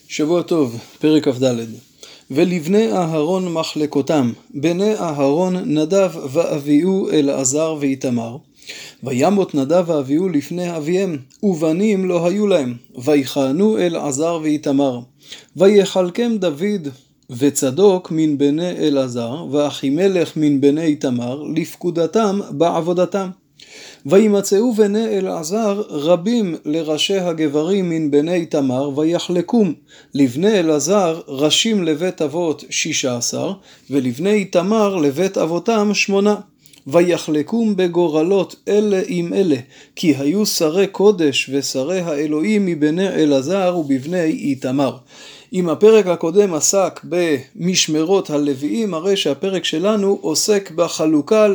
שבוע טוב, פרק כ"ד. ולבני אהרון מחלקותם, בני אהרון נדב ואביהו אלעזר ואיתמר. וימות נדב ואביהו לפני אביהם, ובנים לא היו להם, ויכהנו אלעזר ואיתמר. ויחלקם דוד וצדוק מן בני אלעזר, ואחימלך מן בני איתמר, לפקודתם בעבודתם. וימצאו בני אלעזר רבים לראשי הגברים מן בני איתמר, ויחלקום לבני אלעזר ראשים לבית אבות 16, ולבני איתמר לבית אבותם 8. ויחלקום בגורלות אלה עם אלה, כי היו שרי קודש ושרי האלוהים מבני אלעזר ובבני איתמר. אם הפרק הקודם עסק במשמרות הלוויים, הרי שהפרק שלנו עוסק בחלוקה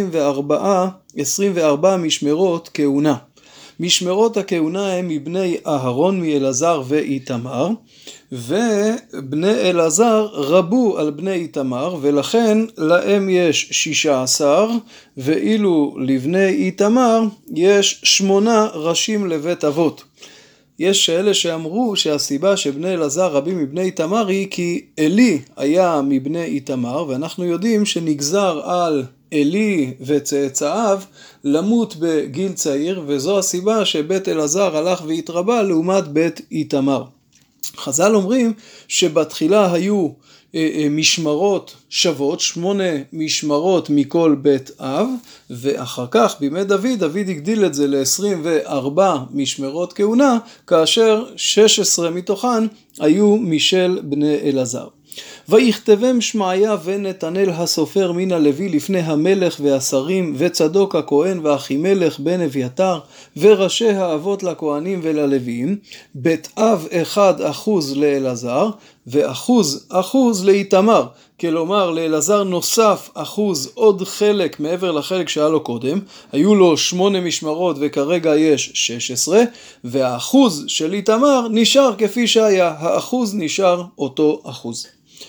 ל-24 משמרות כהונה. משמרות הכהונה הם מבני אהרון מאלעזר ואיתמר, ובני אלעזר רבו על בני איתמר, ולכן להם יש 16, ואילו לבני איתמר יש 8 ראשים לבית אבות. יש אלה שאמרו שהסיבה שבני אלעזר רבים מבני איתמר היא כי אלי היה מבני איתמר, ואנחנו יודעים שנגזר על אלי וצאצאיו למות בגיל צעיר, וזו הסיבה שבית אלעזר הלך והתרבה לעומת בית איתמר. חז"ל אומרים שבתחילה היו משמרות שוות, 8 משמרות מכל בית אב, ואחר כך בימי דוד הגדיל את זה ל-24 משמרות כהונה, כאשר 16 מתוכן היו משל בני אלעזר. ויכתבם שמעיה ונתנאל הסופר מן הלוי לפני המלך והשרים, וצדוק הכהן ואחימלך בן אביתר, וראשי האבות לכהנים וללוויים, בית אב 1% לאלעזר, ו1% לאיתמר. כלומר, לאלעזר נוסף 1% עוד חלק מעבר לחלק שהיה לו קודם, היו לו 8 משמרות וכרגע יש 16, והאחוז של איתמר נשאר כפי שהיה, האחוז נשאר אותו אחוז.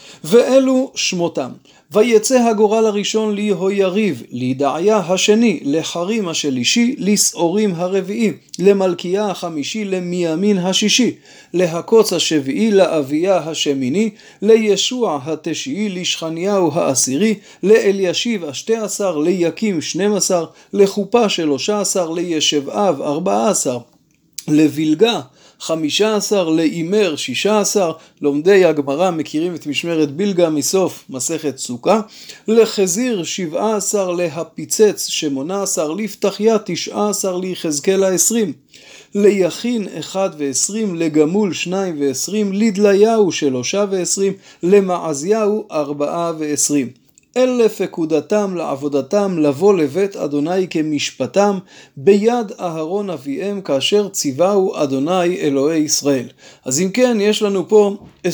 ואלו שמותם. ויצא הגורל הראשון ליהויריב, לידעיה השני, לחרים השלישי, לסעורים הרביעי, למלכיה החמישי, למימין השישי, להקוץ השביעי, לאביה השמיני, לישוע התשיעי, לשכניהו העשירי, לאלישיב 12, ליקים 12, לחופה 13, לישבעב 14, לבלגה 15, לאימר 16, לומדי הגמרא מכירים את משמרת בלגה מסוף מסכת סוכה, לחזיר 17, להפיצץ 18, לפתחיה 19, ליחזקאל 20, ליכין 1 ו-20, לגמול 2 ו-20, לדליהו 3 ו-20, למעזיהו 4 ו-20. אלה פקודתם לעבודתם לבוא לבית אדוני כמשפטם ביד אהרון אביהם כאשר ציווהו אדוני אלוהי ישראל. אז אם כן, יש לנו פה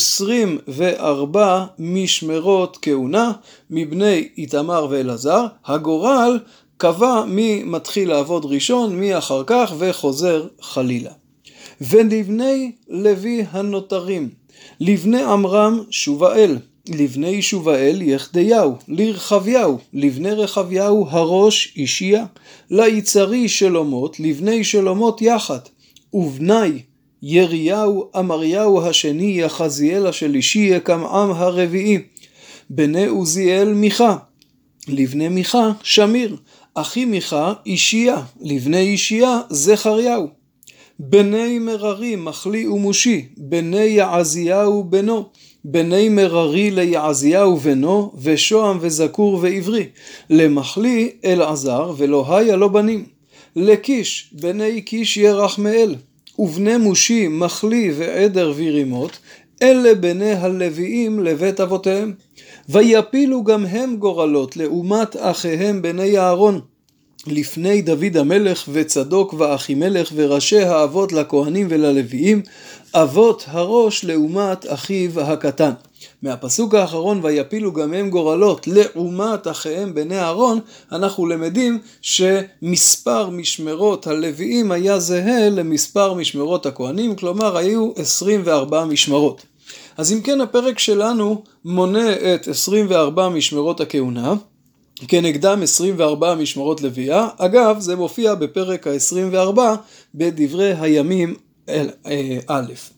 24 משמרות כהונה מבני איתמר ואלעזר. הגורל קבע מי מתחיל לעבוד ראשון, מי אחר כך וחוזר חלילה. ולבני לוי הנותרים, לבני עמרם שובאל, לבני שובאל יחדיהו, לרחביהו, לבני רחביהו הראש אישיה, ליצרי שלומות, לבני שלומות יחד, ובני יריהו אמריהו השני, יחזיאל השלישי, יקמעם הרביעי, בני עוזיאל מיכה, לבני מיכה שמיר, אחי מיכה אישיה, לבני אישיה זכריהו, בני מררי מחלי ומושי, בני יעזיהו בנו, בני מררי ליעזיהו בנו, ושוהם וזקור ועברי, למחלי אלעזר ולא היה לו בנים, לקיש בני קיש ירחמאל, ובני מושי מחלי ועדר וירימות, אלה בני הלוויים לבית אבותיהם. ויפילו גם הם גורלות לעומת אחיהם בני אהרון, לפני דוד המלך וצדוק ואחימלך וראשי האבות לכהנים וללוויים, אבות הראש לעומת אחיו הקטן. מהפסוק האחרון ויפילו גם הם גורלות לעומת אחיהם בני אהרון, אנחנו למדים שמספר משמרות הלוויים היה זהה למספר משמרות הכהנים, כלומר היו 24 משמרות. אז אם כן, הפרק שלנו מונה את 24 משמרות הכהונה, כנגדם 24 משמרות לוויה. אגב, זה מופיע בפרק ה-24 בדברי הימים א'.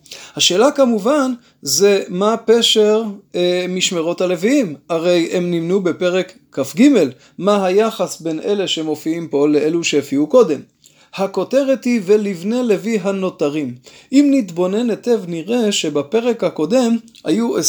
השאלה כמובן זה מה פשר משמרות הלוויים, הרי הם נמנו בפרק כ"ג, מה היחס בין אלה שמופיעים פה לאלו שהופיעו קודם. הכותרת היא ולבני לוי הנותרים. אם נתבונן היטב נראה שבפרק הקודם היו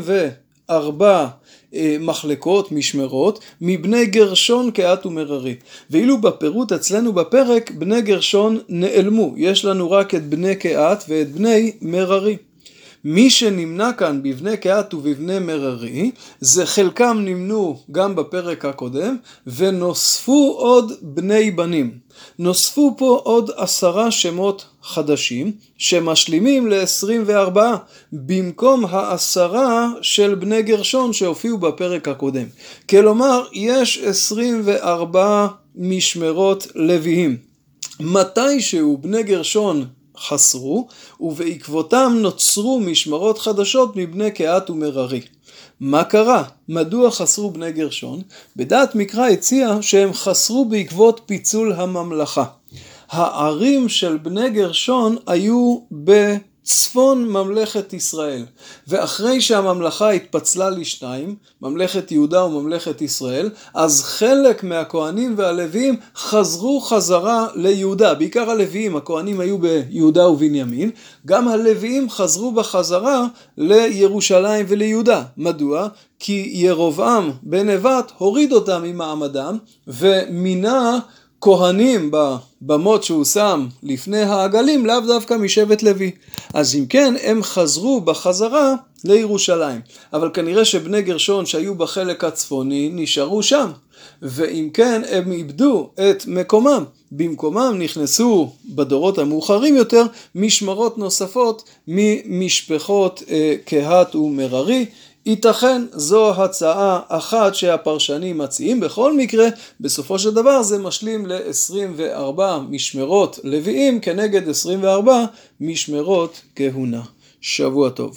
24 מחלקות, משמרות, מבני גרשון, קהת ומררי. ואילו בפירוט אצלנו בפרק בני גרשון נעלמו, יש לנו רק את בני קהת ואת בני מררי. מי שנמנה כאן בבני קהת ובבני מררי, זה חלקם נמנו גם בפרק הקודם, ונוספו עוד בני בנים. נוספו פה עוד 10 שמות חדשים, שמשלימים ל-24, במקום 10 של בני גרשון שהופיעו בפרק הקודם. כלומר, יש 24 משמרות לוויים. מתישהו בני גרשון חסרו, ובעקבותם נוצרו משמרות חדשות מבני קהת ומררי. מה קרה? מדוע חסרו בני גרשון? בדעת מקרא הציע שהם חסרו בעקבות פיצול הממלכה. הערים של בני גרשון היו בצפון ממלכת ישראל, ואחרי שהממלכה התפצלה לשניים, ממלכת יהודה וממלכת ישראל, אז חלק מהכהנים והלוויים חזרו חזרה ליהודה, בעיקר הלוויים, הכהנים היו ביהודה ובנימין, גם הלוויים חזרו בחזרה לירושלים וליהודה. מדוע? כי ירובעם בן נבט הוריד אותם ממעמדם ומינה כהנים בבמות שהוא שם לפני העגלים, לאו דווקא משבט לוי. אז אם כן, הם חזרו בחזרה לירושלים. אבל כנראה שבני גרשון שהיו בחלק הצפוני נשארו שם. ואם כן, הם איבדו את מקומם. במקומם נכנסו בדורות המאוחרים יותר משמרות נוספות ממשפחות קהת ומררי. ייתכן זו הצעה אחת שהפרשנים מציעים. בכל מקרה, בסופו של דבר זה משלים ל-24 משמרות לוויים כנגד 24 משמרות כהונה. שבוע טוב.